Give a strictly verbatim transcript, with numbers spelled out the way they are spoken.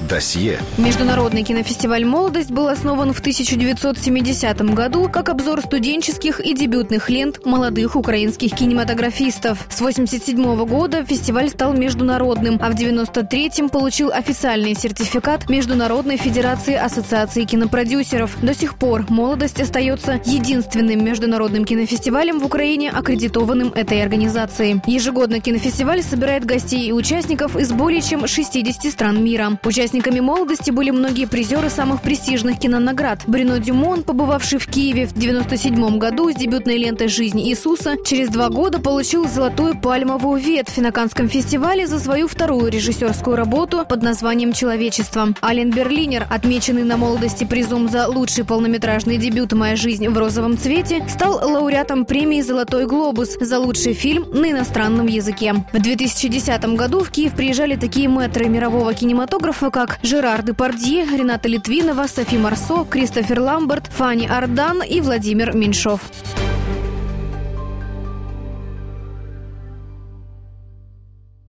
Досье. Международный кинофестиваль «Молодость» был основан в тысяча девятьсот семидесятом году как обзор студенческих и дебютных лент молодых украинских кинематографистов. С восемьдесят седьмого года фестиваль стал международным, а в девяносто третьем получил официальный сертификат Международной Федерации Ассоциации кинопродюсеров. До сих пор «Молодость» остается единственным международным кинофестивалем в Украине, аккредитованным этой организацией. Ежегодно кинофестиваль собирает гостей и участников из более чем шестидесяти стран мира. Участниками «Молодости» были многие призеры самых престижных кинонаград. Брюно Дюмон, побывавший в Киеве в девяносто седьмом году с дебютной лентой «Жизнь Иисуса», через два года получил золотую пальмовую ветвь на Каннском фестивале за свою вторую режиссерскую работу под названием «Человечество». Ален Берлинер, отмеченный на «Молодости» призом за лучший полнометражный дебют «Моя жизнь в розовом цвете», стал лауреатом премии «Золотой глобус» за лучший фильм на иностранном языке. В две тысячи десятом году в Киев приезжали такие мэтры мирового кинематографа, как Жерар Депардье, Рената Литвинова, Софи Марсо, Кристофер Ламберт, Фанни Ардан и Владимир Меньшов.